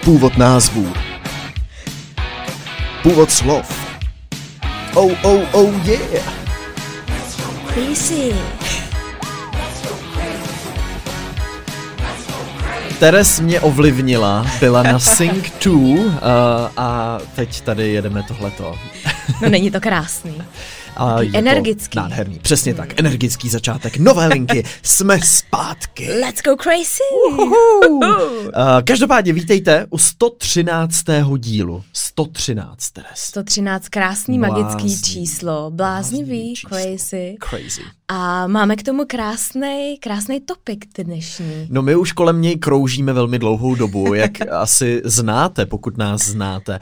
Původ názvů. Původ slov. Oh yeah. Crazy. Teres mě ovlivnila, byla na Sing 2 a teď tady jedeme tohleto. No není to krásný. Energický. Nádherný, přesně tak, energický začátek, nové linky, jsme zpátky. Let's go crazy. Každopádně vítejte u 113. dílu. 113, Teres. 113, krásný magický číslo, bláznivý, crazy. A máme k tomu krásný topik dnešní. No my už kolem něj kroužíme velmi dlouhou dobu, jak asi znáte, pokud nás znáte,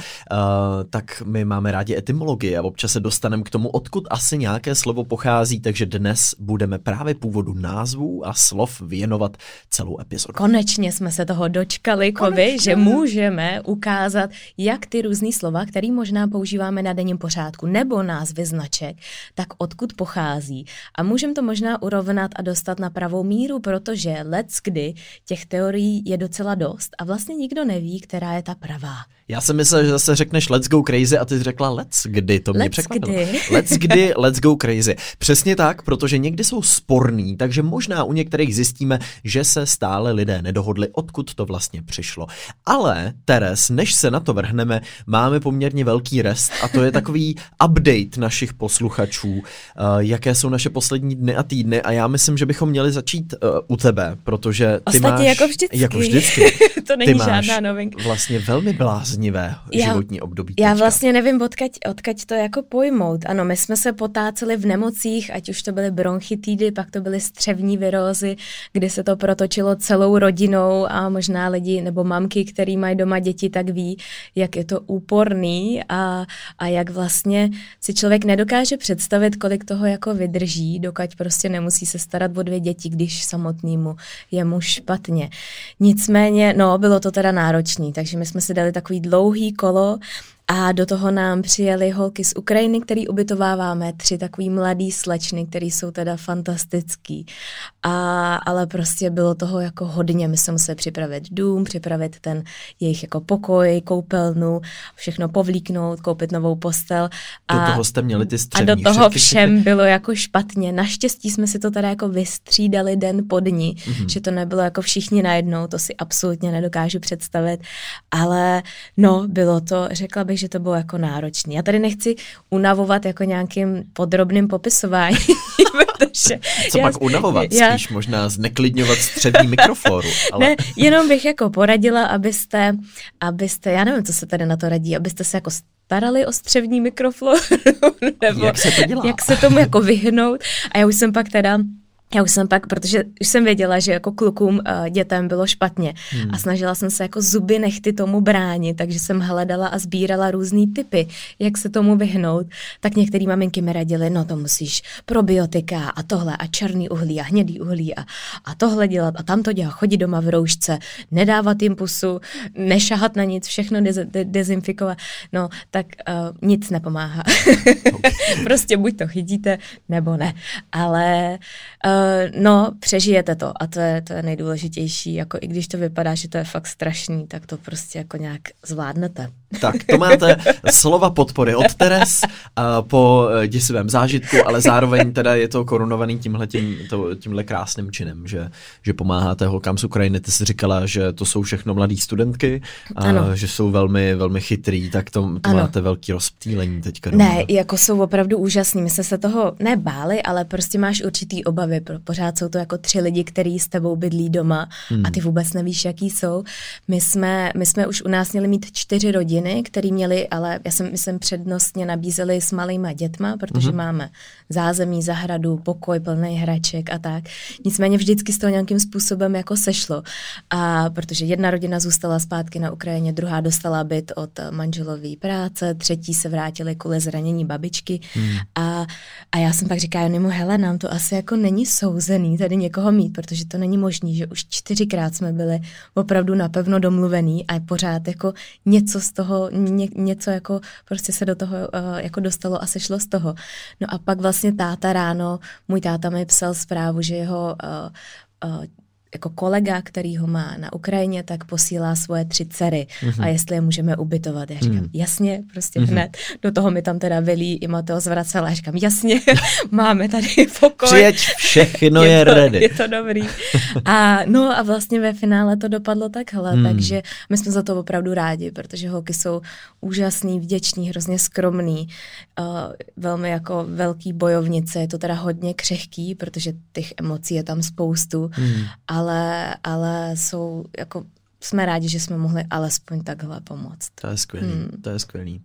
tak my máme rádi etymologii a občas se dostaneme k tomu, odkud asi nějaké slovo pochází, takže dnes budeme právě původu názvů a slov věnovat celou epizodu. Konečně jsme se toho dočkali, že můžeme ukázat, jak ty různý slova, který možná používáme na denním pořádku, nebo názvy značek, tak odkud pochází. A můžeme to možná urovnat a dostat na pravou míru, protože leckdy těch teorií je docela dost a vlastně nikdo neví, která je ta pravá. Já jsem myslel, že zase řekneš let's go crazy a ty jsi řekla let's kdy, to mě překvapilo. Let's kdy, let's go crazy. Přesně tak, protože někdy jsou sporný, takže možná u některých zjistíme, že se stále lidé nedohodli, odkud to vlastně přišlo. Ale, Teres, než se na to vrhneme, máme poměrně velký rest a to je takový update našich posluchačů, jaké jsou naše poslední dny a týdny a já myslím, že bychom měli začít u tebe, protože ty máš... jako vždycky. To není žádná novinka. Vlastně velmi bláznivé životní období. Já vlastně nevím, odkaď to jako pojmout. Ano, my jsme se potáceli v nemocích, ať už to byly bronchitidy, pak to byly střevní virózy, kdy se to protočilo celou rodinou a možná lidi nebo mamky, který mají doma děti, tak ví, jak je to úporný a jak vlastně si člověk nedokáže představit, kolik toho jako vydrží, dokud prostě nemusí se starat o 2 děti, když samotnému je mu špatně. Nicméně, bylo to teda náročný, takže my jsme si dali takový dlouhý kolo a do toho nám přijeli holky z Ukrajiny, který ubytováváme, 3 takový mladý slečny, který jsou teda fantastický. Ale prostě bylo toho jako hodně. My jsme museli připravit dům, připravit ten jejich jako pokoj, koupelnu, všechno povlíknout, koupit novou postel. Do toho jste měli ty střevní. A do toho všem bylo jako špatně. Naštěstí jsme si to teda jako vystřídali den po dni, že to nebylo jako všichni najednou, to si absolutně nedokážu představit. Ale bylo to, řekla bych, že to bylo jako náročný. Já tady nechci unavovat jako nějakým podrobným popisováním, protože... Co pak unavovat? Spíš možná zneklidňovat střevní mikrofloru. Ale... Ne, jenom bych jako poradila, abyste, já nevím, co se tady na to radí, abyste se jako starali o střevní mikrofloru, nebo jak se to dělá? Jak se tomu jako vyhnout. A já už jsem pak, protože už jsem věděla, že jako klukům, dětem bylo špatně a snažila jsem se jako zuby nechty tomu bránit, takže jsem hledala a sbírala různý tipy, jak se tomu vyhnout. Tak některý maminky mi radily, to musíš probiotika a tohle a černý uhlí a hnědý uhlí a tohle dělat a tamto dělat, chodit doma v roušce, nedávat jim pusu, nešahat na nic, všechno dezinfikovat. Tak nic nepomáhá. Okay. Prostě buď to chytíte, nebo ne. Ale přežijete to a to je nejdůležitější, jako i když to vypadá, že to je fakt strašný, tak to prostě jako nějak zvládnete. Tak, to máte slova podpory od Teres po děsivém zážitku, ale zároveň teda je to korunovaný tímhle krásným činem, že pomáháte holkám z Ukrajiny. Ty jsi říkala, že to jsou všechno mladý studentky a že jsou velmi, velmi chytrý, tak to máte velký rozptýlení teďka doma. Ne, jako jsou opravdu úžasný. My jsme se toho nebáli, ale prostě máš určitý obavy. Pořád jsou to jako 3 lidi, kteří s tebou bydlí doma a ty vůbec nevíš, jaký jsou. My jsme už u nás měli mít 4 rodiny, který měli, ale my jsem přednostně nabízeli s malýma dětma, protože máme zázemí, zahradu, pokoj plný hraček a tak. Nicméně vždycky z toho nějakým způsobem jako sešlo. A protože jedna rodina zůstala zpátky na Ukrajině, druhá dostala byt od manželové práce, 3 se vrátili kvůli zranění babičky a já jsem pak říkala Jonimu, hele, nám to asi jako není souzený tady někoho mít, protože to není možný, že už 4krát jsme byli opravdu napevno domluvený a pořád jako něco z toho, něco jako prostě se do toho jako dostalo a sešlo z toho. No a pak vlastně táta ráno, můj táta mi psal zprávu, že jeho jako kolega, který ho má na Ukrajině, tak posílá svoje 3 dcery a jestli je můžeme ubytovat. Já říkám, jasně, prostě hned. Do toho mi tam teda velí i Mateo zvracel a říkám, jasně, máme tady pokoj. Přijeď, všechno je ready. Je to dobrý. A vlastně ve finále to dopadlo takhle, takže my jsme za to opravdu rádi, protože holky jsou úžasný, vděční, hrozně skromný, velmi jako velký bojovnice, je to teda hodně křehký, protože těch emocí je tam spoustu, ale jsou jako, jsme rádi, že jsme mohli alespoň takhle pomoct. To je skvělý.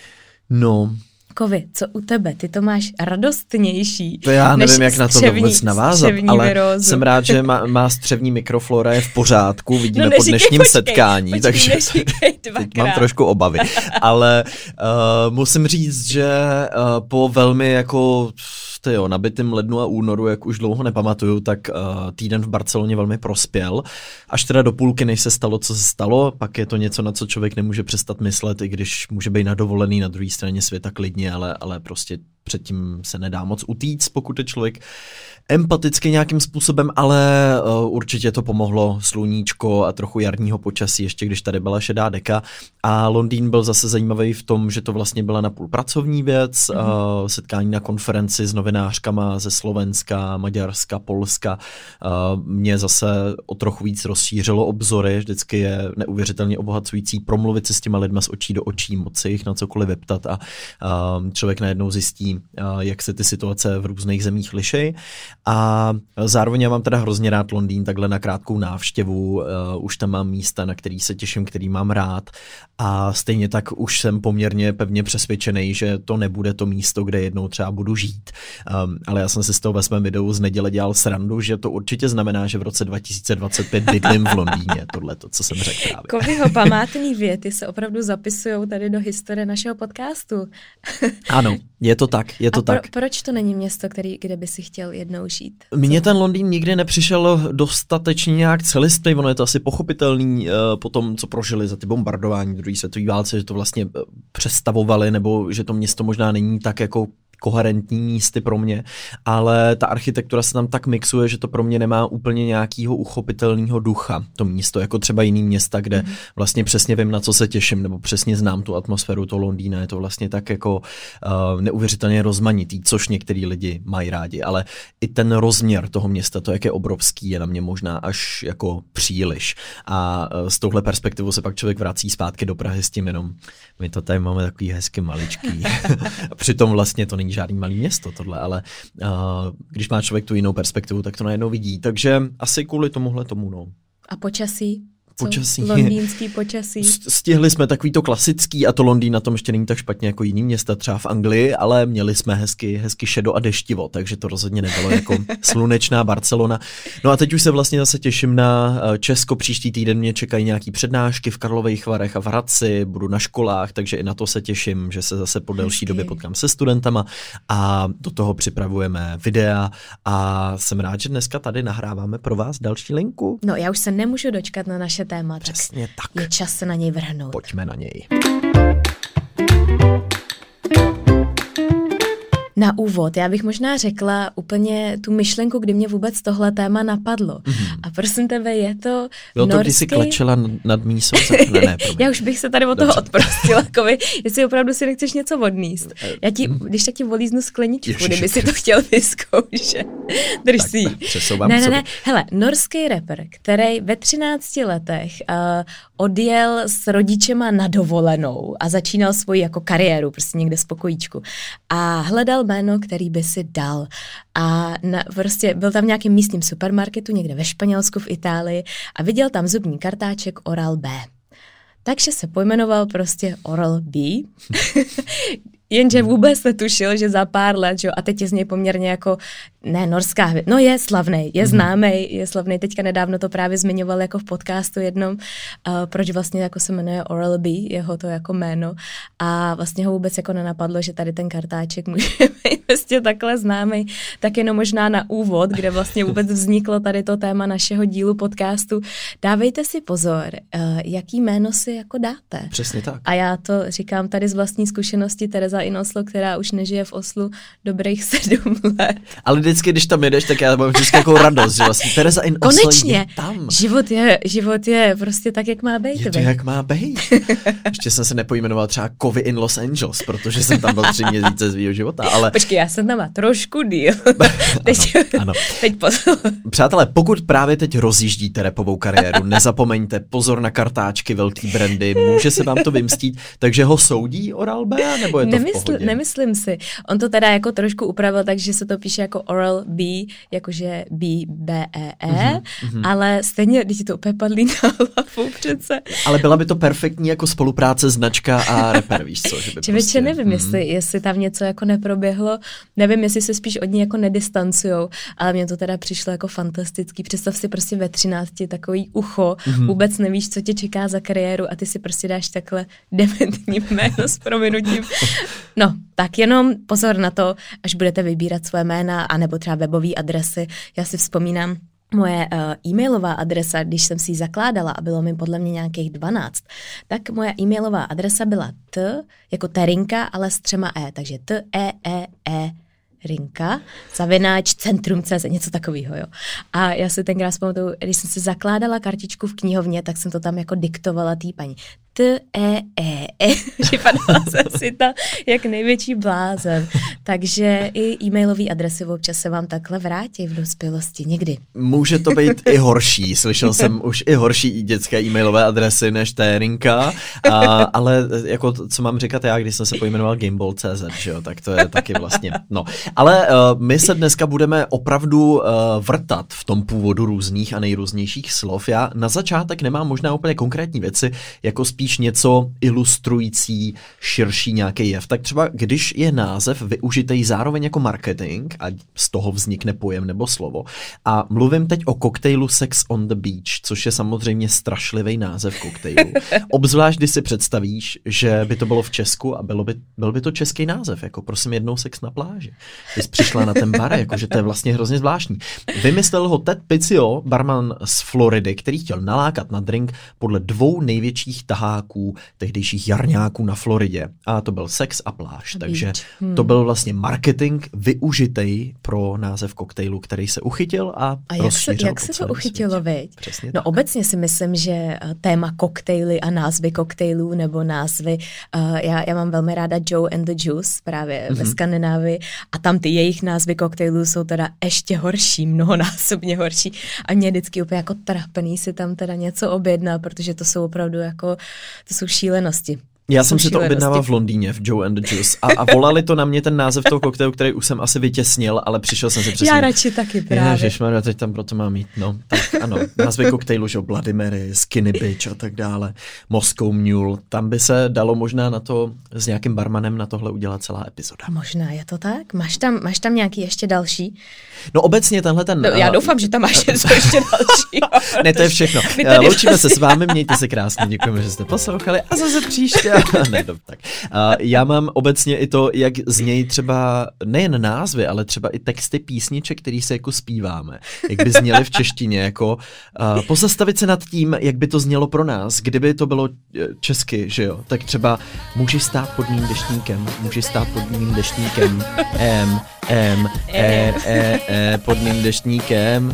No. Kovy, co u tebe? Ty to máš radostnější. To já nevím, jak na to vůbec navázat, ale virózu. Jsem rád, že má střevní mikroflora je v pořádku, vidíme po dnešním setkání, takže teď mám trošku obavy. Ale musím říct, že po velmi jako nabitým lednu a únoru, jak už dlouho nepamatuju, tak týden v Barceloně velmi prospěl. Až teda do půlky, než se stalo, co se stalo, pak je to něco, na co člověk nemůže přestat myslet, i když může být nadovolený na druhé straně světa klidně, ale prostě předtím se nedá moc utíct, pokud je člověk empaticky nějakým způsobem, ale určitě to pomohlo sluníčko a trochu jarního počasí, ještě když tady byla šedá deka. A Londýn byl zase zajímavý v tom, že to vlastně byla napůl pracovní věc, setkání na konferenci s novinářkama ze Slovenska, Maďarska, Polska. Mě zase o trochu víc rozšířilo obzory, vždycky je neuvěřitelně obohacující promluvit si s těma lidma z očí do očí, moc se jich na cokoliv vyptat a člověk najednou zjistí, jak se ty situace v různých zemích liší. A zároveň já mám teda hrozně rád Londýn takhle na krátkou návštěvu, už tam mám místa, na který se těším, který mám rád a stejně tak už jsem poměrně pevně přesvědčený, že to nebude to místo, kde jednou třeba budu žít. Ale já jsem si z toho ve svém videu z neděle dělal srandu, že to určitě znamená, že v roce 2025 bydlím v Londýně, tohleto, co jsem řekl právě. Kovyho památný věty se opravdu zapisujou tady do historie našeho podcastu. Ano, je to tak, je to tak. Proč to není město, kde by si chtěl jednou žít? Mně ten Londýn nikdy nepřišel dostatečně nějak celistvý, ono je to asi pochopitelný po tom, co prožili za ty bombardování druhé světové válce, že to vlastně přestavovali, nebo že to město možná není tak jako koherentní místy pro mě, ale ta architektura se tam tak mixuje, že to pro mě nemá úplně nějakého uchopitelného ducha, to místo, jako třeba jiný města, kde vlastně přesně vím, na co se těším, nebo přesně znám tu atmosféru toho Londýna, je to vlastně tak jako neuvěřitelně rozmanitý, což některý lidi mají rádi, ale i ten rozměr toho města, to, jak je obrovský, je na mě možná až jako příliš. A z touhle perspektivou se pak člověk vrací zpátky do Prahy s tím jenom, my to tady máme takový hezky maličký. A přitom vlastně to není žádný malý město tohle, ale když má člověk tu jinou perspektivu, tak to najednou vidí. Takže asi kvůli tomuhle tomu, no. A počasí? Londýnský počasí. Stihli jsme takový to klasický a to Londýn na tom ještě není tak špatně jako jiný města třeba v Anglii, ale měli jsme hezky šedo a deštivo, takže to rozhodně nebylo jako slunečná Barcelona. No a teď už se vlastně zase těším na Česko, příští týden mě čekají nějaký přednášky v Karlových Varech a v Hradci, budu na školách, takže i na to se těším, že se zase po delší době potkám se studentama a do toho připravujeme videa a jsem rád, že dneska tady nahráváme pro vás další linku. No já už se nemůžu dočkat na naše téma, přesně tak je čas se na něj vrhnout. Pojďme na něj. Na úvod, já bych možná řekla úplně tu myšlenku, kdy mě vůbec tohle téma napadlo. A prosím tebe, je to bylo norský... to, když jsi klečela nad mísou? Ne, já už bych se tady od toho odprostila, jestli opravdu si nechceš něco odníst. Když tak ti volíznu skleničku, kdyby si to chtěl vyzkoušet. Drž si. Ne. Hele, norský rapper, který ve 13 letech odjel s rodičema na dovolenou a začínal svoji jako kariéru, prostě někde z pokojíčku. A hledal jméno, který by si dal. A prostě byl tam v nějakém místním supermarketu, někde ve Španělsku, v Itálii a viděl tam zubní kartáček Oral-B. Takže se pojmenoval prostě Oral-B. Jenže vůbec netušil, že za pár let, že jo, a teď je z něj poměrně jako, ne, norská hvězda, no je slavnej, je známej, je slavnej, teďka nedávno to právě zmiňoval jako v podcastu jednom, proč vlastně jako se jmenuje Oral-B, jeho to jako jméno a vlastně ho vůbec jako nenapadlo, že tady ten kartáček může být vlastně takhle známej, tak jenom možná na úvod, kde vlastně vůbec vzniklo tady to téma našeho dílu podcastu. Dávejte si pozor, jaký jméno si jako dáte. Přesně tak. A já to říkám tady z vlastní zkušenosti, Tereza Tereza in Oslo, která už nežije v Oslu dobrých 7 let. Ale vždycky, když tam jedeš, tak já mám vždycky takovou radost, že vlastně Tereza in Oslo je tam. Život je prostě tak, jak má být. Je to, jak má být. Ještě jsem se nepojmenoval třeba Kovy in Los Angeles, protože jsem tam byl 3 měsíce svýho života, ale... Počkej, já jsem tam má trošku díl. Ano. Teď pozor. Přátelé, pokud právě teď rozjíždíte rapovou kariéru, nezapomeňte, pozor na kartáčky, velký brandy, může se vám to vymstít, takže ho soudí Oral-B, nebo je to v pohodě? Nemyslím si. On to teda jako trošku upravil, takže se to píše jako Oral-B, jakože B-B-E-E, ale stejně, když to úplně padlí na hlavu přece. Ale byla by to perfektní jako spolupráce značka a rapper, víš co? Že by prostě... nevím, jestli tam něco jako neproběhlo, nevím, jestli se spíš od ní jako nedistancujou, ale mně to teda přišlo jako fantastický. Představ si prostě ve 13 takový ucho, vůbec nevíš, co tě čeká za kariéru a ty si prostě dáš takhle dementní jméno s prominutím. No, tak jenom pozor na to, až budete vybírat své jména, anebo třeba webové adresy. Já si vzpomínám, moje e-mailová adresa, když jsem si ji zakládala a bylo mi podle mě nějakých 12, tak moje e-mailová adresa byla jako Terinka, ale s 3 E, takže T-E-E-E Rinka, /centrum.cz, něco takového, jo. A já si tenkrát vzpamatuju, když jsem si zakládala kartičku v knihovně, tak jsem to tam jako diktovala té paní. T-E-E-E. Připadala jsem si tam jak největší blázen. Takže i e-mailové adresy občas se vám takhle vrátí v dospělosti někdy. Může to být i horší. Slyšel jsem už i horší dětské e-mailové adresy než Terinka, ale jako co mám říkat já, když jsem se pojmenoval Gameball.cz, že jo, tak to je taky vlastně, no. Ale my se dneska budeme opravdu vrtat v tom původu různých a nejrůznějších slov. Já na začátek nemám možná úplně konkrétní věci, jako spíš něco ilustrující širší nějaký jev. Tak třeba, když je název využitý zároveň jako marketing a z toho vznikne pojem nebo slovo. A mluvím teď o koktejlu Sex on the Beach, což je samozřejmě strašlivý název koktejlu. Obzvlášť, když si představíš, že by to bylo v Česku a byl by to český název, jako prosím jednou sex na pláži. Ty jsi přišla na ten bar, jakože to je vlastně hrozně zvláštní. Vymyslel ho Ted Pizio, barman z Floridy, který chtěl nalákat na drink podle 2 největších taháků tehdejších jarňáků na Floridě. A to byl sex a pláž. Takže to byl vlastně marketing využitej pro název koktejlu, který se uchytil a rozšířil. Jak se to uchytilo, veď? No obecně si myslím, že téma koktejly a názvy koktejlů nebo názvy, já mám velmi ráda Joe and the Juice právě ve Skandinávii a tam ty jejich názvy koktejlů jsou teda ještě horší, mnohonásobně horší a mě vždycky úplně jako trapný si tam teda něco objednat, protože to jsou opravdu jako, to jsou šílenosti. Já jsem si to objednával v Londýně, v Joe and the Juice a volali to na mě ten název toho koktejlu, který už jsem asi vytěsnil, ale přišel jsem si přesně. Já radši taky právě. Ježišmarja, teď tam proto mám jít, no. Tak ano, názvy koktejlu, že Bloody Mary, Skinny Bitch a tak dále, Moscow Mule, tam by se dalo možná na to s nějakým barmanem na tohle udělat celá epizoda. Možná je to tak? Máš tam nějaký ještě další? No obecně tenhle ten... No, já doufám, že tam máš něco ještě další. Ne, to je všechno. Loučíme se s vámi, mějte se krásně, děkujeme, že jste poslouchali a zase příště. Ne, tak. Já mám obecně i to, jak znějí třeba nejen názvy, ale třeba i texty písniček, který se jako zpíváme. Jak by zněly v češtině, jako pozastavit se nad tím, jak by to znělo pro nás, kdyby to bylo česky, že jo. Tak třeba můžeš stát pod mým deštníkem, pod mým deštníkem,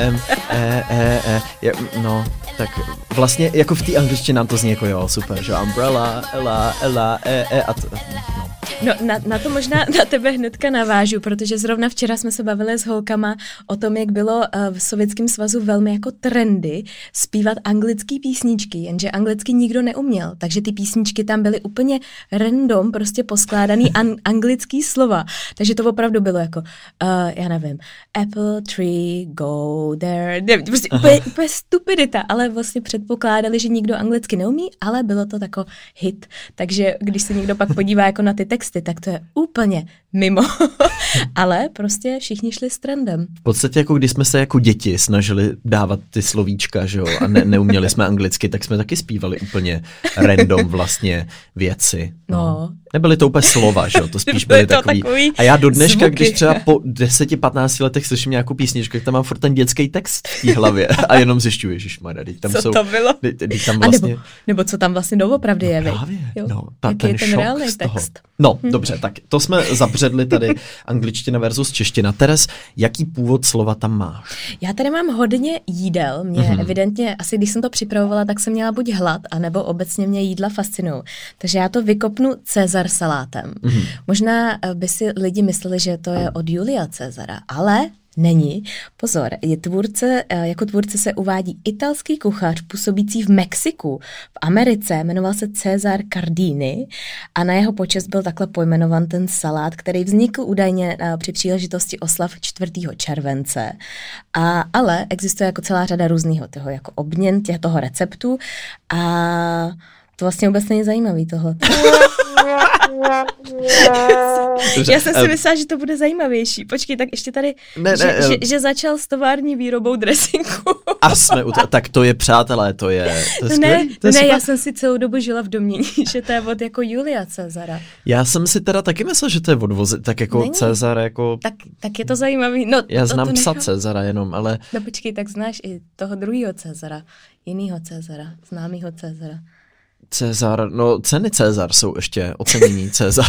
no, tak vlastně jako v té angličtině nám to zní jako jo, super, že umbrella, ela, a to, no. No, na to možná na tebe hnedka navážu, protože zrovna včera jsme se bavili s holkama o tom, jak bylo v Sovětském svazu velmi jako trendy zpívat anglický písničky, jenže anglicky nikdo neuměl, takže ty písničky tam byly úplně random, prostě poskládaný anglický slova, takže to opravdu bylo jako, já nevím, apple tree, go there, prostě úplně stupidita, ale vlastně předpokládali, že nikdo anglicky neumí, ale bylo to tako hit, takže když se někdo pak podívá jako na ty texty, tak to je úplně mimo. Ale prostě všichni šli s trendem. V podstatě jako když jsme se jako děti snažili dávat ty slovíčka, že jo, a neuměli jsme anglicky, tak jsme taky zpívali úplně random vlastně věci. No, Nebyly to úplně slova, že jo, to spíš byly takový. A já do dneška, zvuky. Když třeba po 10-15 letech slyším nějakou písničku, tak tam mám furt ten dětský text v té hlavě a jenom zjišťuji, ježišmarja, tam co jsou... to bylo? Tam vlastně... nebo co tam vlastně doopravdy je, právě, jaký je ten reálný text. Dobře, tak to jsme zabředli tady angličtina versus čeština. Teres, jaký původ slova tam máš? Já tady mám hodně jídel, mě evidentně, asi když jsem to připravovala, tak jsem měla buď hlad, anebo obecně mě jídla fascinují. Takže já to vykopnu Cezar salátem. Možná by si lidi mysleli, že to je od Julia Cezara, ale není. Pozor, jako tvůrce se uvádí italský kuchař působící v Mexiku. V Americe jmenoval se Cesar Cardini a na jeho počest byl takhle pojmenovan ten salát, který vznikl údajně při příležitosti oslav 4. července. Ale existuje jako celá řada různého toho jako obměn toho receptu a to vlastně vůbec není zajímavý tohle. Já jsem si myslela, že to bude zajímavější. Počkej, tak ještě tady, že začal s tovární výrobou dresinku. A jsme tak to je, přátelé, to je skvělý. Ne, já jsem si celou dobu žila v domění, že to je od jako Julia Cezara. Já jsem si teda taky myslel, že to je od tak jako není. Cezar jako... Tak je to zajímavý. No, já znám psa Cezara jenom, ale... No počkej, tak znáš i toho druhého Cezara, jinýho Cezara, známýho Cezara. Cezar, no ceny Cezar jsou ještě ocenění Cezar.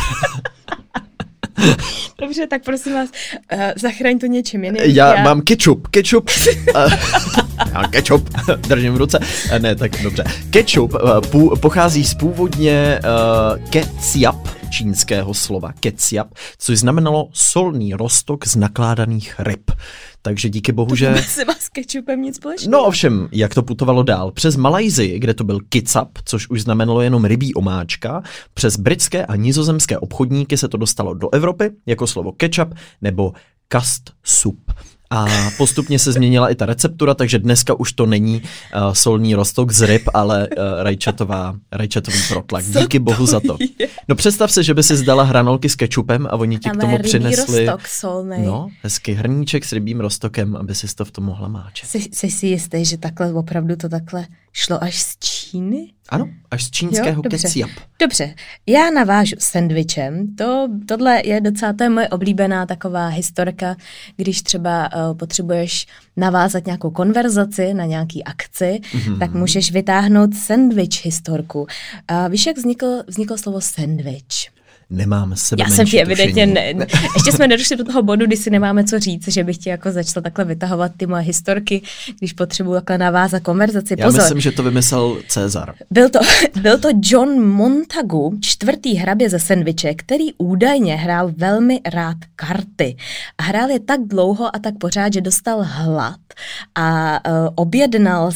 Dobře, tak prosím vás, zachraň to něčím jiným. Já mám ketchup. Ketchup, držím v ruce. Ne, tak dobře. Ketchup pochází z původně ketchup, čínského slova ketchup, což znamenalo solný roztok z nakládaných ryb. Takže díky bohu, že... To se má s kečupem nic společného. No ovšem, jak to putovalo dál? Přes Malajsii, kde to byl kicap, což už znamenalo jenom rybí omáčka, přes britské a nizozemské obchodníky se to dostalo do Evropy jako slovo ketchup nebo custard soup. A postupně se změnila i ta receptura, takže dneska už to není solný roztok z ryb, ale rajčatový protlak. Díky bohu za to. No představ si, že by si zdala hranolky s kečupem a oni ti k tomu přinesli hezký hrníček s rybím roztokem, aby si to v tom mohla máčet. Jsi si jistý, že takhle opravdu to takhle šlo až z Číny? Ano, až z čínského ketchup. Dobře, já navážu sendvičem. Tohle je docela, to je moje oblíbená taková historka, když třeba potřebuješ navázat nějakou konverzaci na nějaký akci, tak můžeš vytáhnout sendvič historku. Víš, jak vzniklo slovo sendvič? Nemám sebe. Já jsem ti evidentně ještě jsme nedošli do toho bodu, kdy si nemáme co říct, že bych ti jako začala takhle vytahovat ty moje historky, když potřebuji takhle navázat konverzaci. Já myslím, že to vymyslel Cezar. Byl to John Montagu, 4. hrabě ze Sandwiche, který údajně hrál velmi rád karty. A hrál je tak dlouho a tak pořád, že dostal hlad a objednal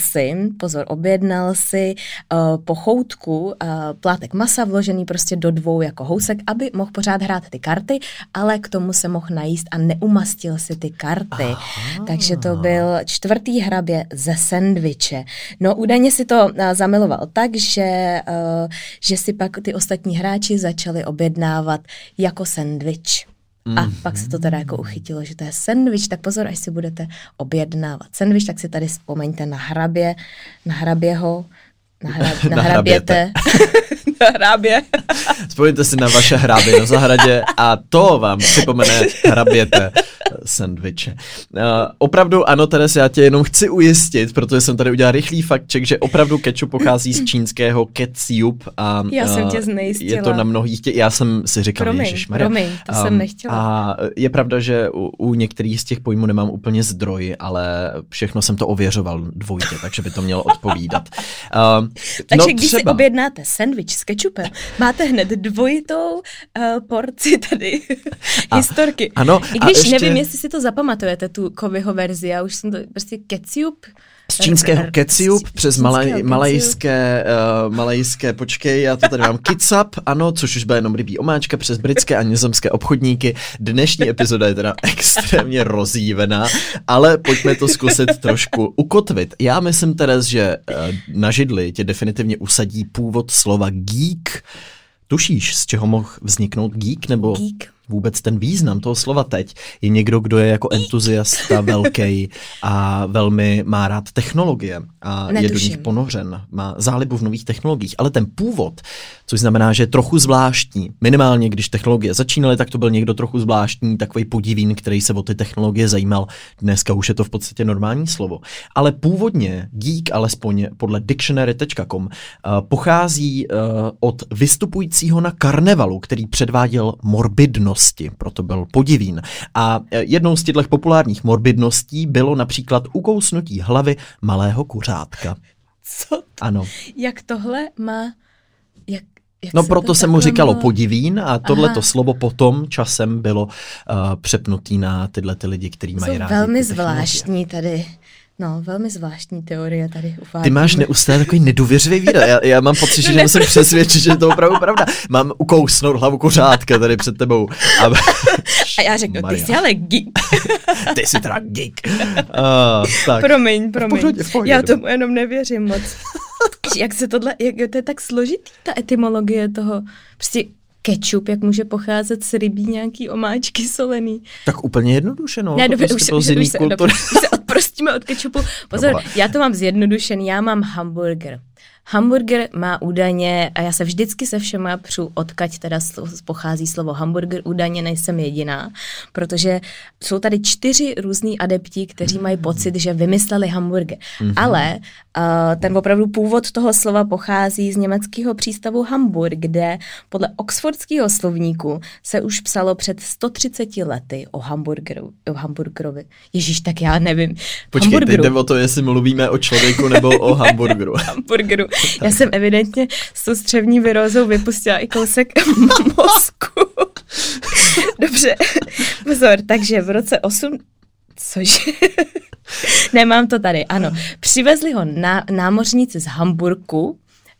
si pochoutku, plátek masa vložený prostě do 2 jako housek, aby mohl pořád hrát ty karty, ale k tomu se mohl najíst a neumastil si ty karty. Aha. Takže to byl 4. hrabě ze Sandwiche. No údajně si to zamiloval tak, že si pak ty ostatní hráči začali objednávat jako sendvič. A pak se to teda jako uchytilo, že to je sendvič, tak pozor, až si budete objednávat sendvič, tak si tady vzpomeňte na hraběho, na hraběte. Na hrábě. Vzpomeňte si na vaše hrábě na zahradě a to vám připomene hraběte sendviče. Opravdu ano, Teres, já tě jenom chci ujistit, protože jsem tady udělal rychlý faktček, že opravdu ketchup pochází z čínského ketchup a já jsem tě znejistila. Je to na mnohých já jsem si říkal, ježišmarja. Promiň, to jsem nechtěla. A je pravda, že u některých z těch pojmů nemám úplně zdroj, ale všechno jsem to ověřoval dvojitě, takže by to mělo odpovídat. Takže když si objednáte sendvič s ketchupem, máte hned dvojitou porci tady historky. Ano, i když ještě... nevím, jestli si to zapamatujete, tu Kovyho verzi, já už jsem to prostě ketchup. Z čínského ketchup přes malajské, počkej, já to tady mám kicap, ano, což už byla jenom rybí omáčka, přes britské a nizozemské obchodníky. Dnešní epizoda je teda extrémně rozjívená, ale pojďme to zkusit trošku ukotvit. Já myslím, Teres, že na židli tě definitivně usadí původ slova geek. Tušíš, z čeho mohl vzniknout geek? Nebo... Geek. vůbec ten význam toho slova teď je někdo, kdo je jako entuziasta velký a velmi má rád technologie a je do nich ponořen, má zálibu v nových technologiích, ale ten původ, což znamená, že je trochu zvláštní, minimálně když technologie začínaly, tak to byl někdo trochu zvláštní, takový podivín, který se o ty technologie zajímal, dneska už je to v podstatě normální slovo, ale původně geek, alespoň podle dictionary.com, pochází od vystupujícího na karnevalu, který předváděl morbidnosti, proto byl podivín. A jednou z těchto populárních morbidností bylo například ukousnutí hlavy malého kuřátka. Co? Ano. Jak tohle má... No proto se mu říkalo podivín a tohleto slovo potom časem bylo přepnutý na tyhle ty lidi, kteří mají rádi. Velmi zvláštní tady. No, velmi zvláštní teorie tady uvádíme. Ty máš neustále takový nedůvěřivý výraz. Já mám pocit, že musím přesvědčit, že je to opravdu pravda. Mám ukousnout hlavu kuřátka tady před tebou. A já řeknu, ty jsi ale geek. Ty jsi teda geek. Tak. Promiň. V pohodě. Já tomu jenom nevěřím moc. Jak se tohle, to je tak složitý, ta etymologie toho, prostě kečup, jak může pocházet z rybí nějaký omáčky solený. Tak úplně jednoduše, no. Ne, dobře, už se odprostíme od kečupu. Pozor, já to mám zjednodušený, já mám hamburger. Hamburger má údajně, a já se vždycky se všema přu, odkaď teda pochází slovo hamburger, údajně nejsem jediná, protože jsou tady 4 různý adepti, kteří mají pocit, že vymysleli hamburger. Ale ten opravdu původ toho slova pochází z německého přístavu Hamburg, kde podle oxfordského slovníku se už psalo před 130 lety o hamburgerovi. Ježíš, tak já nevím. Počkej, teď jde o to, jestli mluvíme o člověku nebo o hamburgeru. Hamburgeru. Já jsem evidentně s tou střevní virózou vypustila i kousek mozku. Dobře, pozor, takže v roce 8... Cože? Nemám to tady, ano. Přivezli ho námořníci z Hamburku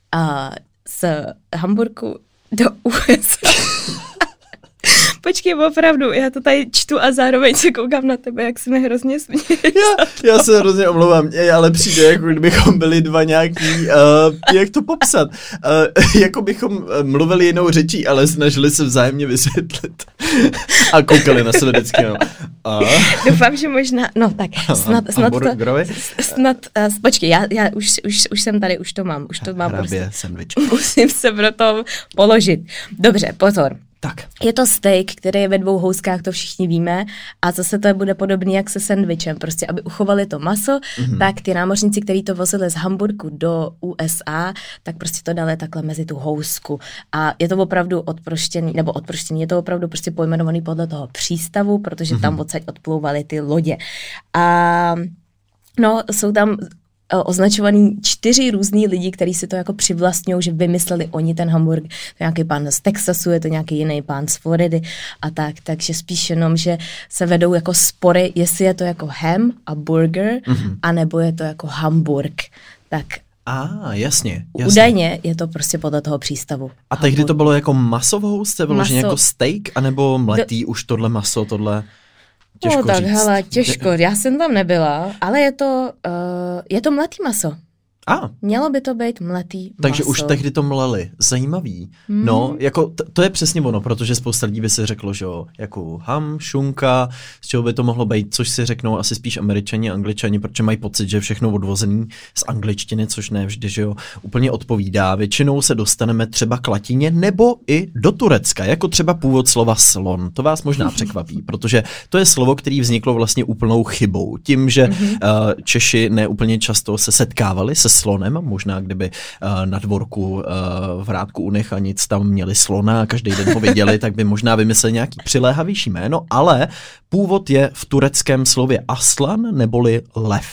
do USA. Počkej, opravdu, já to tady čtu a zároveň se koukám na tebe, jak se mi hrozně směješ. Já se hrozně omlouvám, ale přijde, jako kdybychom byli dva nějaký, jak to popsat, jako bychom mluvili jinou řečí, ale snažili se vzájemně vysvětlit a koukali na sebe vždycky. No. Doufám, že možná, no tak, snad počkej, já už jsem tady, už to mám Hrabě sandwich. Musím se pro to položit. Dobře, pozor. Tak. Je to steak, který je ve 2 houskách, to všichni víme, a zase to bude podobný jak se sendvičem. Prostě, aby uchovali to maso, tak ty námořníci, kteří to vozili z Hamburku do USA, tak prostě to dali takhle mezi tu housku. A je to opravdu odproštěný, je to opravdu prostě pojmenovaný podle toho přístavu, protože tam odsaď odplouvaly ty lodě. A no, jsou tam označovaný 4 různý lidi, kteří si to jako přivlastňují, že vymysleli oni ten hamburger. To je nějaký pán z Texasu, je to nějaký jiný pán z Floridy a tak. Takže spíš jenom, že se vedou jako spory, jestli je to jako ham a burger, anebo je to jako Hamburg. Tak jasně. Údajně je to prostě podle toho přístavu. A tehdy to bylo jako maso v housce, vyloženě jako steak, anebo mletý už tohle maso, tohle... Těžko tak říct. Hele, těžko, já jsem tam nebyla, ale je to mletý maso. Mělo by to být mletý maso. Takže už tehdy to mleli. Zajímavý. No, jako to je přesně ono, protože spousta lidí by si řeklo, že jo, jako ham, šunka, z čeho by to mohlo být, což si řeknou asi spíš Američani, Angličani, protože mají pocit, že je všechno odvozený z angličtiny, což ne vždy, že jo, úplně odpovídá. Většinou se dostaneme třeba k latině nebo i do Turecka, jako třeba původ slova slon. To vás možná překvapí, protože to je slovo, které vzniklo vlastně úplnou chybou. Tím, že Češi neúplně často se setkávali se slonem, možná kdyby na dvorku v Hrádku u Nechanic tam měli slona a každý den ho viděli, tak by možná vymysleli nějaký přiléhavější jméno, ale původ je v tureckém slově aslan neboli lev.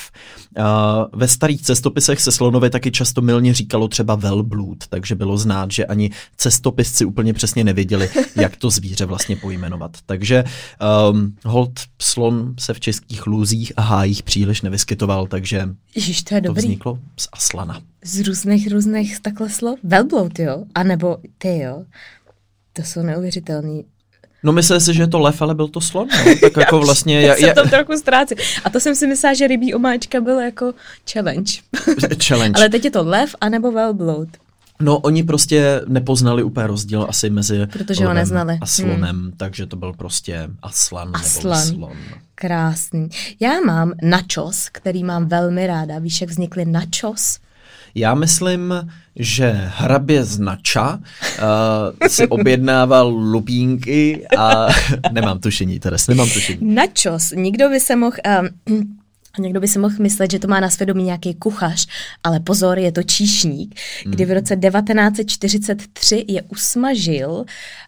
Ve starých cestopisech se slonovi taky často mylně říkalo třeba velblud, takže bylo znát, že ani cestopisci úplně přesně nevěděli, jak to zvíře vlastně pojmenovat. Takže holt slon se v českých lůzích a hájích příliš nevyskytoval, takže Ježiš, to je dobrý. Vzniklo z aslana. Z různých takhle slov? Velbloud, jo? A nebo ty, jo? To jsou neuvěřitelný. No myslel si, že je to lev, ale byl to slon, no? Tak jako vlastně... Já jsem to trochu ztrácím. A to jsem si myslela, že rybí omáčka byl jako challenge. Challenge. Ale teď je to lev anebo velbloud. No, oni prostě nepoznali úplně rozdíl asi mezi lvem a slonem, takže to byl prostě aslan. Nebo slon. Krásný. Já mám nachos, který mám velmi ráda. Víš, jak vznikly nachos? Já myslím, že hrabě z Nacha si objednával lupínky a nemám tušení. Nachos. Někdo by se mohl myslet, že to má na svědomí nějaký kuchař, ale pozor, je to číšník, kdy v roce 1943 je usmažil,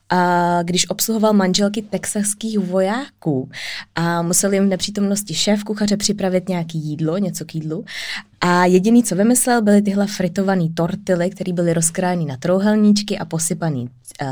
když obsluhoval manželky texaských vojáků a musel jim v nepřítomnosti šéf kuchaře připravit něco k jídlu. A jediný, co vymyslel, byly tyhle fritované tortily, které byly rozkrájené na trouhelníčky a posypané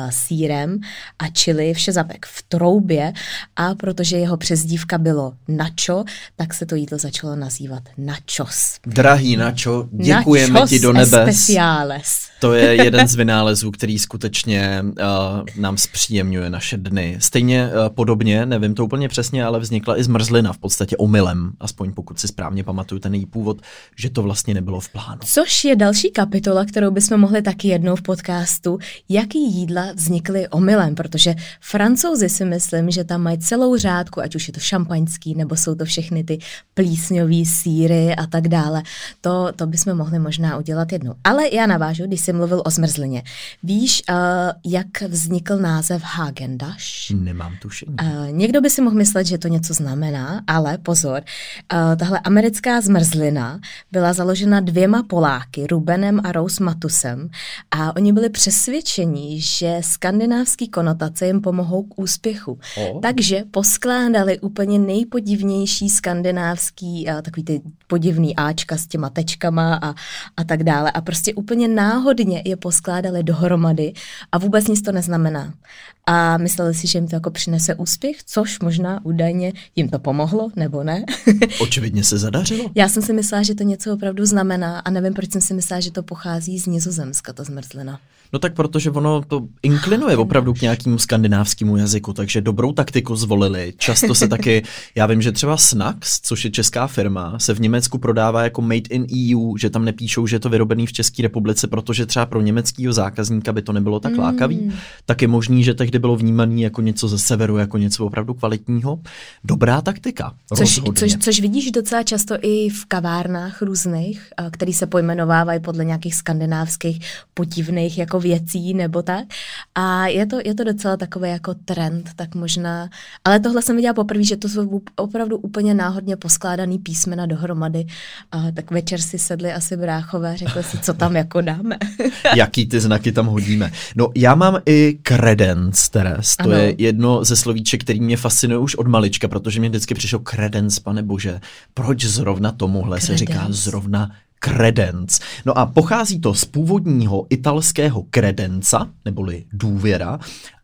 sýrem a chili, vše zapek v troubě, a protože jeho přezdívka bylo nacho, tak se to jídlo začalo nazývat nachos. Drahý Nacho, děkujeme ti do nebes. Speciales. To je jeden z vynálezů, který skutečně nám zpříjemňuje naše dny. Stejně podobně, nevím to úplně přesně, ale vznikla i zmrzlina v podstatě omylem, aspoň pokud si správně pamatuju ten její původ, že to vlastně nebylo v plánu. Což je další kapitola, kterou bychom mohli taky jednou v podcastu, jaký jídla vznikly omylem, protože Francouzi si myslím, že tam mají celou řádku, ať už je to šampaňský, nebo jsou to všechny ty plísňový sýry a tak dále. To bychom mohli možná udělat jednou. Ale já navážu, když jsi mluvil o zmrzlině. Víš, jak vznikl název Häagen-Dazs? Nemám tušení. Někdo by si mohl myslet, že to něco znamená, ale pozor, tahle americká zmrzlina byla založena 2 Poláky, Rubenem a Rose Matusem, a oni byli přesvědčeni, že skandinávský konotace jim pomohou k úspěchu. Takže poskládali úplně nejpodivnější skandinávský, takový ty podivný áčka s těma tečkama a tak dále. A prostě úplně náhodně je poskládali dohromady a vůbec nic to neznamená. A mysleli si, že jim to jako přinese úspěch, což možná údajně jim to pomohlo, nebo ne? Očividně se zadařilo. Já jsem si myslela, že to něco opravdu znamená a nevím, proč jsem si myslela, že to pochází z Nizozemska, ta zmrzlina. No tak protože ono to inklinuje opravdu k nějakému skandinávskému jazyku, takže dobrou taktiku zvolili. Často se taky, já vím, že třeba Snacks, což je česká firma, se v Německu prodává jako Made in EU, že tam nepíšou, že je to vyrobený v České republice, protože třeba pro německého zákazníka by to nebylo tak lákavý. Tak je možný, že tehdy bylo vnímaný jako něco ze severu, jako něco opravdu kvalitního. Dobrá taktika. Což vidíš docela často i v kavárnách různých, který se pojmenovávají podle nějakých skandinávských podivných jako věcí nebo tak. A je to docela takový jako trend, tak možná. Ale tohle jsem viděla poprvé, že to jsou opravdu úplně náhodně poskládaný písmena dohromady. A tak večer si sedli asi bráchové, řekli si, co tam jako dáme. Jaký ty znaky tam hodíme. No já mám i credence, Teres. To je jedno ze slovíček, který mě fascinuje už od malička, protože mě vždycky přišel credence, pane bože. Proč zrovna tomuhle se říká zrovna credence. No a pochází to z původního italského credenza, neboli důvěra,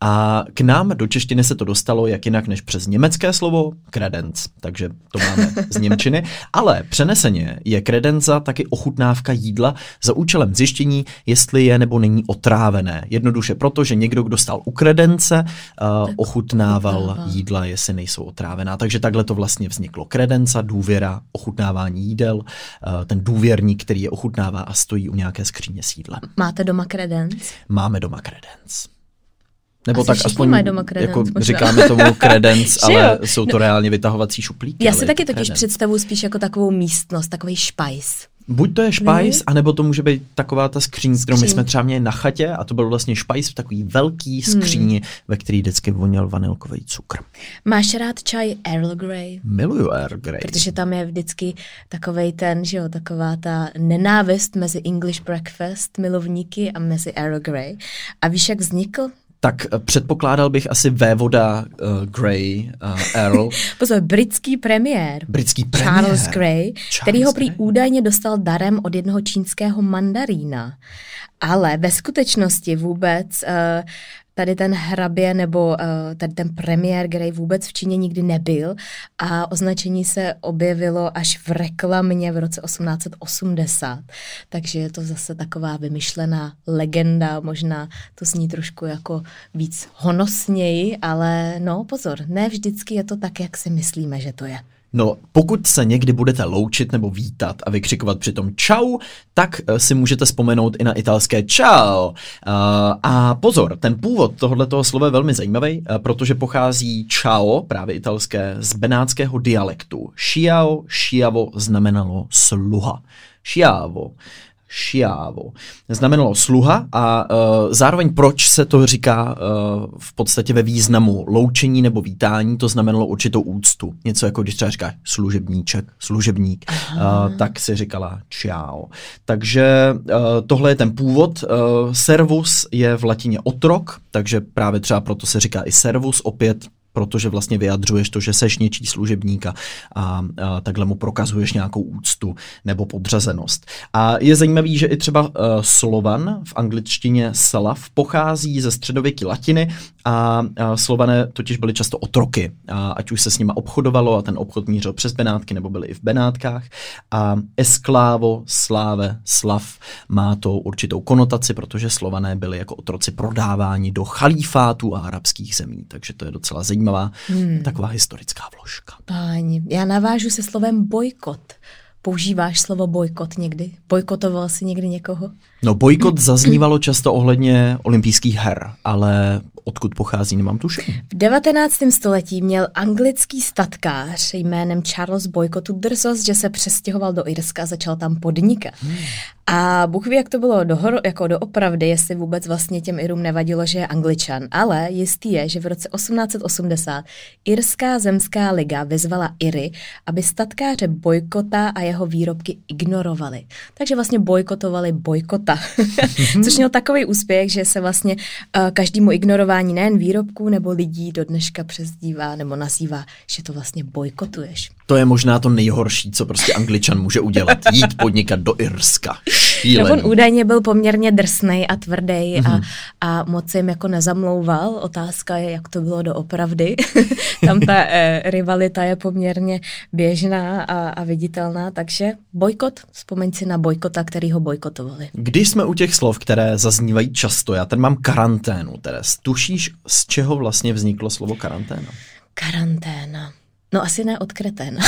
a k nám do češtiny se to dostalo jak jinak než přes německé slovo credence, takže to máme z němčiny, ale přeneseně je credenza taky ochutnávka jídla za účelem zjištění, jestli je nebo není otrávené. Jednoduše proto, že někdo, kdo stál u credence, ochutnával jídla, jestli nejsou otrávená. Takže takhle to vlastně vzniklo. Credenza, důvěra, ochutnávání jídel, ten důvěrník, který je ochutnává a stojí u nějaké skříně s jídlem. Máte doma credence? Máme doma credence. Nebo asi tak aspoň jako říkáme tomu credence, ale jsou to reálně vytahovací šuplíky. Já si taky totiž představuji spíš jako takovou místnost, takový špajs. Buď to je špajs, anebo to může být taková ta skříň, kterou my jsme třeba měli na chatě, a to byl vlastně špajs v takový velký skříni, ve který vždycky voněl vanilkový cukr. Máš rád čaj Earl Grey? Miluju Earl Grey. Protože tam je vždycky takovej ten, že jo, taková ta nenávist mezi English breakfast milovníky a mezi Earl Grey. A víš, jak vznikl? Tak předpokládal bych asi vévoda Grey, Earl. Pozor, britský premiér Charles Grey, který ho prý údajně dostal darem od jednoho čínského mandarína. Ale ve skutečnosti vůbec tady ten hrabě nebo tady ten premiér Grey vůbec v Číně nikdy nebyl a označení se objevilo až v reklamě v roce 1880. Takže je to zase taková vymyšlená legenda, možná to zní trošku jako víc honosněji, ale no pozor, ne vždycky je to tak, jak si myslíme, že to je. No, pokud se někdy budete loučit nebo vítat a vykřikovat přitom čau, tak si můžete vzpomenout i na italské ciao. A pozor, ten původ tohoto slova je velmi zajímavý, protože pochází ciao, právě italské, z benátského dialektu. Sciavo znamenalo sluha. Sciavo znamenalo sluha a zároveň proč se to říká v podstatě ve významu loučení nebo vítání, to znamenalo určitou úctu. Něco jako když třeba říkáš služebníček, služebník, tak si říkala ciao. Takže tohle je ten původ. Servus je v latině otrok, takže právě třeba proto se říká i servus, opět protože vlastně vyjadřuješ to, že seš něčí služebníka a takhle mu prokazuješ nějakou úctu nebo podřazenost. A je zajímavý, že i třeba Slovan v angličtině slav pochází ze středověké latiny a Slované totiž byli často otroky, ať už se s nima obchodovalo a ten obchod mířil přes Benátky nebo byli i v Benátkách. A esclavo, sláve, slav má to určitou konotaci, protože Slované byli jako otroci prodáváni do chalífátů a arabských zemí, takže to je docela zajímavé. Taková historická vložka. Páni, já navážu se slovem bojkot. Používáš slovo bojkot někdy? Bojkotoval jsi někdy někoho? No, bojkot zaznívalo často ohledně olympijských her, ale odkud pochází, nemám tušení. V 19. století měl anglický statkář jménem Charles Boycott tu drzost, že se přestěhoval do Irska a začal tam podnikat. A Bůh ví, jak to bylo doopravdy, jestli vůbec vlastně těm Irům nevadilo, že je Angličan. Ale jistý je, že v roce 1880 Irská zemská liga vyzvala Iry, aby statkáře Boycotta a jeho výrobky ignorovali. Takže vlastně bojkotovali Boycotta. Což měl takový úspěch, že se vlastně každému ignorování nejen výrobků nebo lidí do dneška přezdívá nebo nazývá, že to vlastně bojkotuješ. To je možná to nejhorší, co prostě Angličan může udělat. Jít podnikat do Irska. No, on údajně byl poměrně drsnej a tvrdý a moc jim jako nezamlouval. Otázka je, jak to bylo doopravdy. Tam ta rivalita je poměrně běžná a viditelná, takže bojkot, vzpomeň si na Boycotta, který ho bojkotovali. Když jsme u těch slov, které zaznívají často, já tady mám karanténu, Teres. Tušíš, z čeho vlastně vzniklo slovo karanténa? Karanténa. No asi ne od kreténa.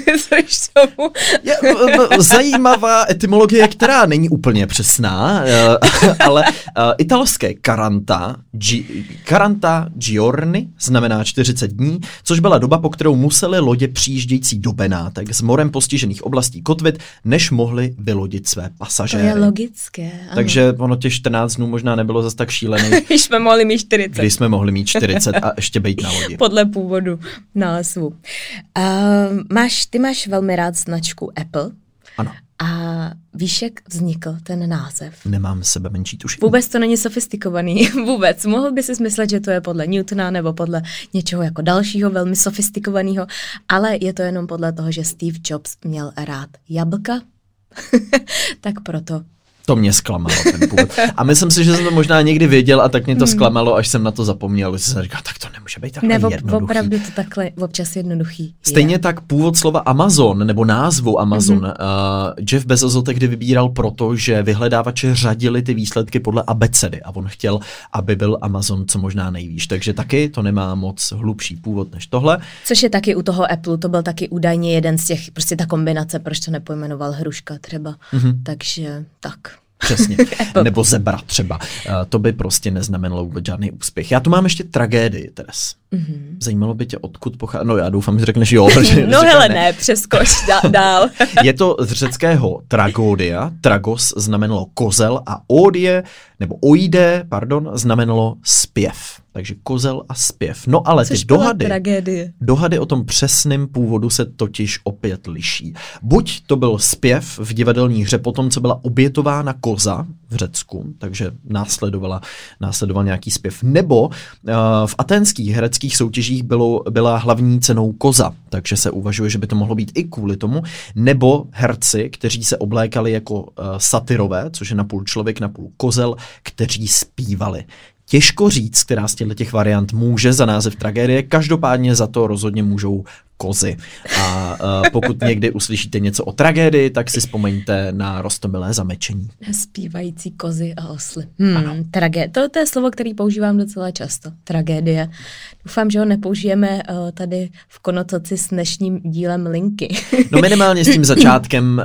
Zajímavá etymologie, která není úplně přesná, ale italské caranta giorni znamená 40 dní, což byla doba, po kterou museli lodě přijíždějící do Benátek z morem postižených oblastí kotvit, než mohli vylodit své pasažéry. To je logické. Ano. Takže ono těch 14 dnů možná nebylo zas tak šílený. Když jsme mohli mít 40. Když jsme mohli mít 40 a ještě být na lodi. Podle původu názvu. Ty máš velmi rád značku Apple. Ano. A víš, jak vznikl ten název? Nemám sebe menší tušení. Vůbec to není sofistikovaný. Vůbec. Mohl by si myslet, že to je podle Newtona nebo podle něčeho jako dalšího velmi sofistikovaného, ale je to jenom podle toho, že Steve Jobs měl rád jablka. Tak proto. To mě zklamalo ten původ. A myslím si, že jsem to možná někdy věděl a tak mě to zklamalo, až jsem na to zapomněl. Že jsem říkal, tak to nemůže být takhle jednoduchý. Nebo opravdu to takhle občas jednoduchý. Stejně tak původ slova Amazon, nebo názvu Amazon, Jeff Bezos ho tehdy vybíral proto, že vyhledávače řadili ty výsledky podle abecedy a on chtěl, aby byl Amazon co možná nejvýš. Takže taky to nemá moc hlubší původ než tohle. Což je taky u toho Apple, to byl taky údajně jeden z těch, prostě ta kombinace, proč to nepojmenoval hruška třeba. Takže tak. Přesně. Nebo zebra třeba. To by prostě neznamenalo vůbec žádný úspěch. Já tu mám ještě tragédii, Teres. Zajímalo by tě, odkud pochází. No já doufám, že řekneš jo. No hele, ne, přeskoč dál. Je to z řeckého tragodia. Tragos znamenalo kozel a znamenalo zpěv. Takže kozel a zpěv. No ale ty dohady o tom přesném původu se totiž opět liší. Buď to byl zpěv v divadelní hře potom, co byla obětována koza v Řecku, takže následoval nějaký zpěv, nebo v aténských hereckých soutěžích byla hlavní cenou koza, takže se uvažuje, že by to mohlo být i kvůli tomu, nebo herci, kteří se oblékali jako satyrové, což je napůl člověk, napůl kozel, kteří zpívali. Těžko říct, která z těch variant může za název tragédie, každopádně za to rozhodně můžou kozy. A pokud někdy uslyšíte něco o tragédii, tak si vzpomeňte na Roztomilé zamečení. Zpívající kozy a osly. To je slovo, který používám docela často. Tragédie. Doufám, že ho nepoužijeme tady v konotaci s dnešním dílem Linky. No minimálně s tím začátkem.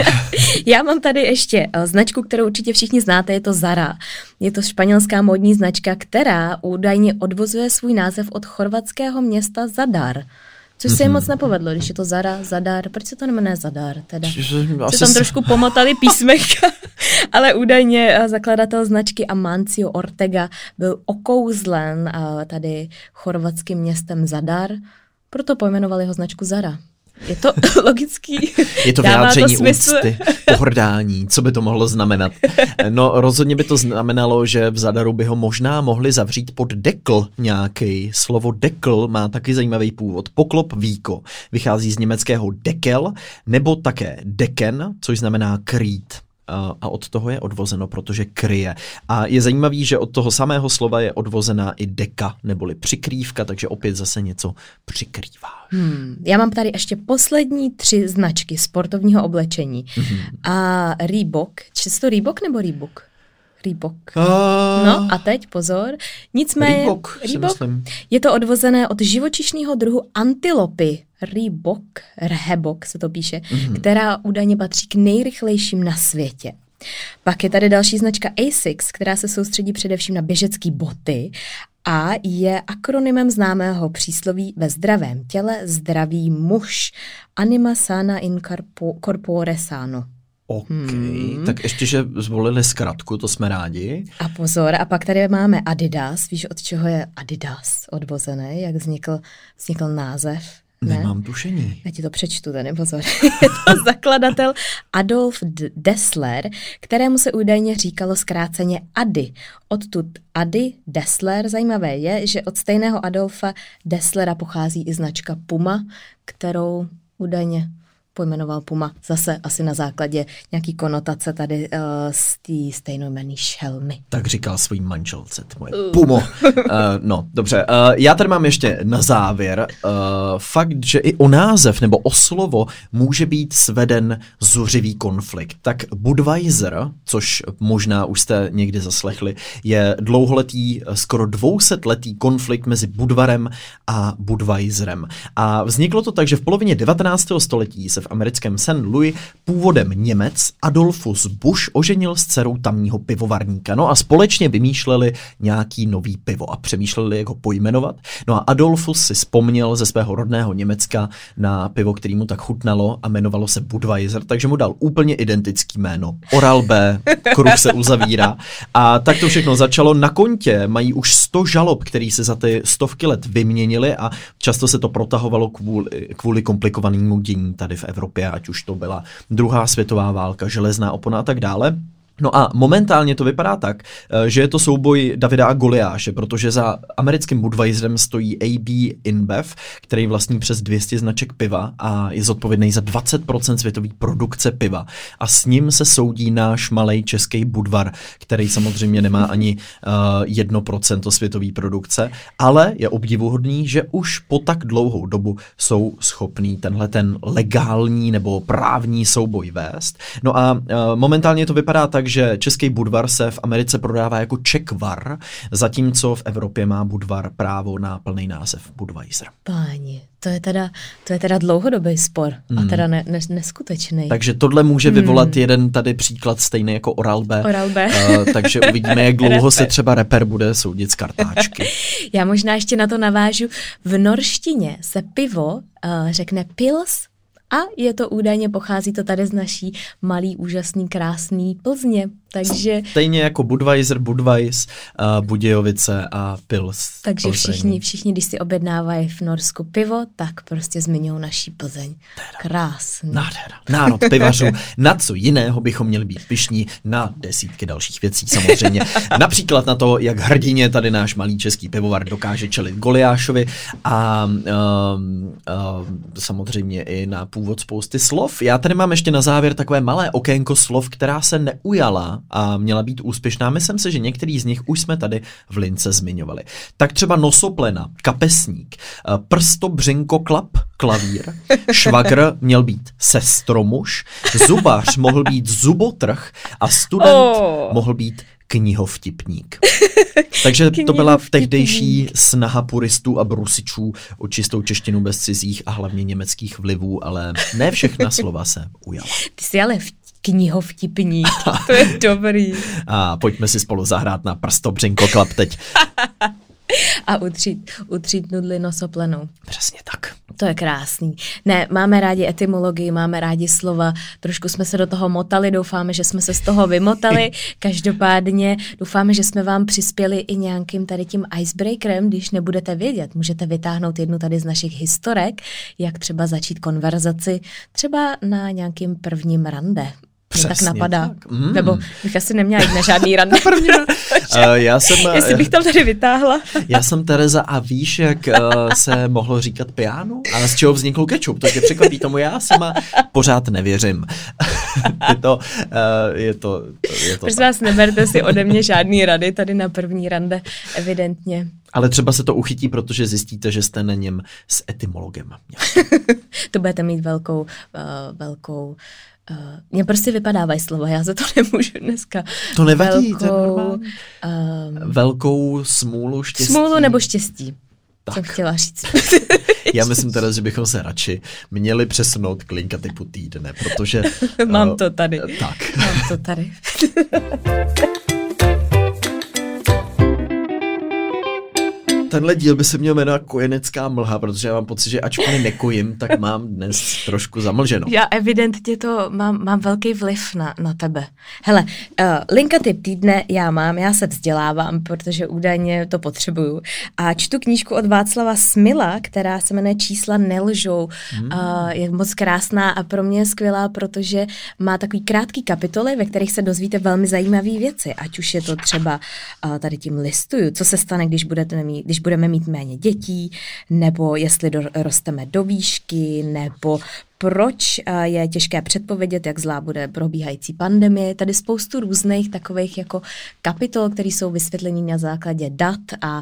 Já mám tady ještě značku, kterou určitě všichni znáte, je to Zara. Je to španělská módní značka, která údajně odvozuje svůj název od chorvatského města Zadar. Což se jim moc nepovedlo, když je to Zara, Zadar. Proč se to nemenuje Zadar? Teda? Se tam trošku pomotali písmenka, ale údajně zakladatel značky Amancio Ortega byl okouzlen tady chorvatským městem Zadar, proto pojmenovali ho značku Zara. Je to logický. Je to vyjádření úcty, pohrdání, co by to mohlo znamenat? No rozhodně by to znamenalo, že v Zadaru by ho možná mohli zavřít pod dekl nějaký. Slovo dekl má taky zajímavý původ. Poklop víko. Vychází z německého dekel, nebo také deken, což znamená krýt. A od toho je odvozeno, protože kryje. A je zajímavý, že od toho samého slova je odvozená i deka, neboli přikrývka, takže opět zase něco přikrýváš. Já mám tady ještě poslední 3 značky sportovního oblečení. A Reebok, či to Reebok nebo Reebok? Reebok. No a teď pozor. Nicméně Reebok, je to odvozené od živočišného druhu antilopy. Rehebok se to píše, která údajně patří k nejrychlejším na světě. Pak je tady další značka Asics, která se soustředí především na běžecké boty a je akronymem známého přísloví ve zdravém těle zdravý muž. Anima sana in corpore sano. OK, tak ještě, že zvolili zkratku, to jsme rádi. A pozor, a pak tady máme Adidas. Víš, od čeho je Adidas odvozený? Jak vznikl název? Ne? Nemám tušení. Já ti to přečtu, tady pozor. Je to zakladatel Adolf Dassler, kterému se údajně říkalo zkráceně Adi. Odtud Adi Dassler. Zajímavé je, že od stejného Adolfa Dasslera pochází i značka Puma, kterou údajně pojmenoval Puma. Zase asi na základě nějaký konotace tady z té stejnojmenné šelmy. Tak říkal svým manželce, moje Pumo. No, dobře. Já tady mám ještě na závěr fakt, že i o název nebo o slovo může být sveden zuřivý konflikt. Tak Budweiser, což možná už jste někdy zaslechli, je dlouholetý, skoro 200letý konflikt mezi Budvarem a Budweiserem. A vzniklo to tak, že v polovině 19. století se v americkém St. Louis původem Němec Adolfus Busch oženil s dcerou tamního pivovarníka. No a společně vymýšleli nějaký nový pivo a přemýšleli, jak ho pojmenovat. No a Adolfus si vzpomněl ze svého rodného Německa na pivo, který mu tak chutnalo a jmenovalo se Budweiser, takže mu dal úplně identický jméno. Oral-B, kruh se uzavírá. A tak to všechno začalo. Na kontě mají už 100 žalob, který se za ty stovky let vyměnili a často se to protahovalo kvůli komplikovanému dění tady v Evropě, ať už to byla druhá světová válka, železná opona a tak dále. No a momentálně to vypadá tak, že je to souboj Davida a Goliáše, protože za americkým Budweiserem stojí AB InBev, který vlastní přes 200 značek piva a je zodpovědný za 20% světové produkce piva. A s ním se soudí náš malej český Budvar, který samozřejmě nemá ani 1% světové produkce, ale je obdivuhodný, že už po tak dlouhou dobu jsou schopní tenhle ten legální nebo právní souboj vést. No a momentálně to vypadá tak, že český Budvar se v Americe prodává jako Czechvar, zatímco v Evropě má Budvar právo na plný název Budweiser. Páni, to je teda dlouhodobý spor a teda neskutečný. Takže tohle může vyvolat jeden tady příklad stejný jako Oral-B. Oral-B. Takže uvidíme, jak dlouho se třeba rapper bude soudit z kartáčky. Já možná ještě na to navážu. V norštině se pivo řekne pils, a je to údajně, pochází to tady z naší malý, úžasný, krásný Plzně, takže... Stejně jako Budweiser, Budweis, Budějovice a Pils. Takže všichni, když si objednávají v Norsku pivo, tak prostě zmiňují naší Plzeň. Krásný. Nádhera. Národ pivařů. Na co jiného bychom měli být pyšní? Na desítky dalších věcí samozřejmě. Například na to, jak hrdině tady náš malý český pivovar dokáže čelit Goliášovi a samozřejmě i na původ spousty slov. Já tady mám ještě na závěr takové malé okénko slov, která se neujala firma a měla být úspěšná. Myslím si, že některý z nich už jsme tady v lince zmiňovali. Tak třeba nosoplena, kapesník, prstobřinkoklap, klavír, švagr měl být sestromuž, zubař mohl být zubotrh a student mohl být knihovtipník. Takže to byla tehdejší snaha puristů a brusičů o čistou češtinu bez cizích a hlavně německých vlivů, ale ne všechna slova se ujala. Ty jsi ale knihovtipník, to je dobrý. A pojďme si spolu zahrát na prstobřinkoklap teď. A utřít nudli nosoplenou. Přesně tak. To je krásný. Ne, máme rádi etymologii, máme rádi slova, trošku jsme se do toho motali, doufáme, že jsme se z toho vymotali. Každopádně doufáme, že jsme vám přispěli i nějakým tady tím icebreakerem, když nebudete vědět. Můžete vytáhnout jednu tady z našich historek, jak třeba začít konverzaci, třeba na nějakým prvním rande. Přesně tak napadá. Tak. Nebo bych asi neměla jít na žádný rande. Jestli bych tam tady vytáhla. Já jsem Tereza a víš, jak se mohlo říkat piano? A z čeho vznikl kečup? To tě překvapí, tomu já sama pořád nevěřím. je to Prosím vás, neberte si ode mě žádný rady tady na první rande, evidentně. Ale třeba se to uchytí, protože zjistíte, že jste na něm s etymologem. To budete mít velkou mně prostě vypadávají slova, já za to nemůžu dneska. To nevadí, to je normální. Velkou smůlu, štěstí. Smůlu nebo štěstí, jsem chtěla říct. Já myslím teda, že bychom se radši měli přesunout k linka typu týdne, protože... Mám to tady. Tak. Mám to tady. Tenhle díl by se měl jmenovat Kojenecká mlha, protože já mám pocit, že ačkoliv nekojím, tak mám dnes trošku zamlženo. Já evidentně to mám velký vliv na tebe. Hele, linka tip týdne já se vzdělávám, protože údajně to potřebuju. A čtu knížku od Václava Smila, která se jmenuje Čísla nelžou. Je moc krásná a pro mě je skvělá, protože má takový krátký kapitoly, ve kterých se dozvíte velmi zajímavé věci. Ať už je to třeba tady tím listuju, co se stane, když budeme mít méně dětí, nebo jestli rosteme do výšky, nebo proč je těžké předpovědět, jak zlá bude probíhající pandemie. Tady spoustu různých takových jako kapitol, které jsou vysvětlení na základě dat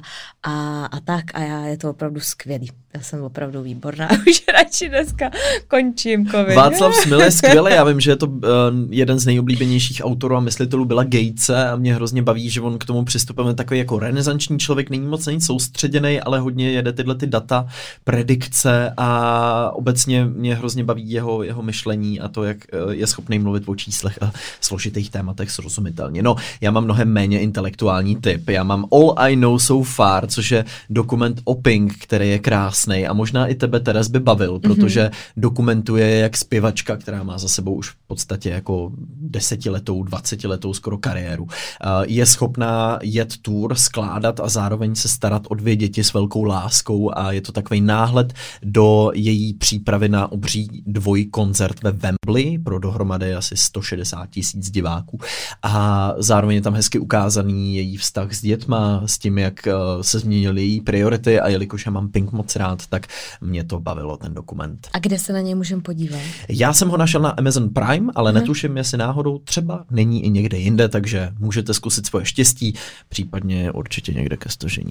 a tak a je to opravdu skvělý. Já jsem opravdu výborná. Už radši dneska končím covid. Václav Smil je skvělý. Já vím, že je to jeden z nejoblíbenějších autorů a myslitelů Billa Gatese a mě hrozně baví, že on k tomu přistupuje takový jako renesanční člověk, není moc soustředěný, ale hodně jede tyhle ty data, predikce a obecně mě hrozně baví jeho myšlení a to, jak je schopný mluvit o číslech a složitých tématech srozumitelně. No, já mám mnohem méně intelektuální tip. Já mám All I Know So Far, což je dokument o Pink, který je krásný a možná i tebe, Teres, by bavil, protože dokumentuje, jak zpěvačka, která má za sebou už v podstatě jako 10letou, 20letou skoro kariéru, je schopná jet tour, skládat a zároveň se starat o 2 děti s velkou láskou a je to takový náhled do její přípravy na obří dvojkoncert ve Wembley pro dohromady asi 160 000 diváků a zároveň je tam hezky ukázaný její vztah s dětma, s tím, jak se změnily její priority a jelikož já mám Pink moc rád, tak mě to bavilo, ten dokument. A kde se na něj můžeme podívat? Já jsem ho našel na Amazon Prime, ale netuším, jestli náhodou třeba není i někde jinde, takže můžete zkusit svoje štěstí, případně určitě někde ke stažení.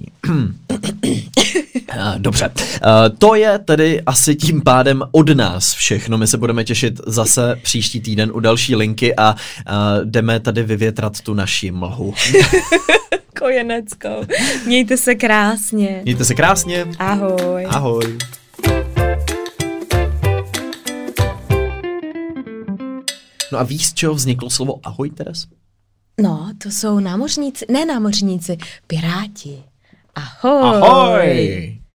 Dobře, to je tedy asi tím pádem od nás všechno. My se budeme těšit zase příští týden u další linky a jdeme tady vyvětrat tu naši mlhu. Kojeneckou. Mějte se krásně. Mějte se krásně. Ahoj. Ahoj. No a víš, z čeho vzniklo slovo ahoj, Teres? No, to jsou námořníci, piráti. Ahoj. Ahoj.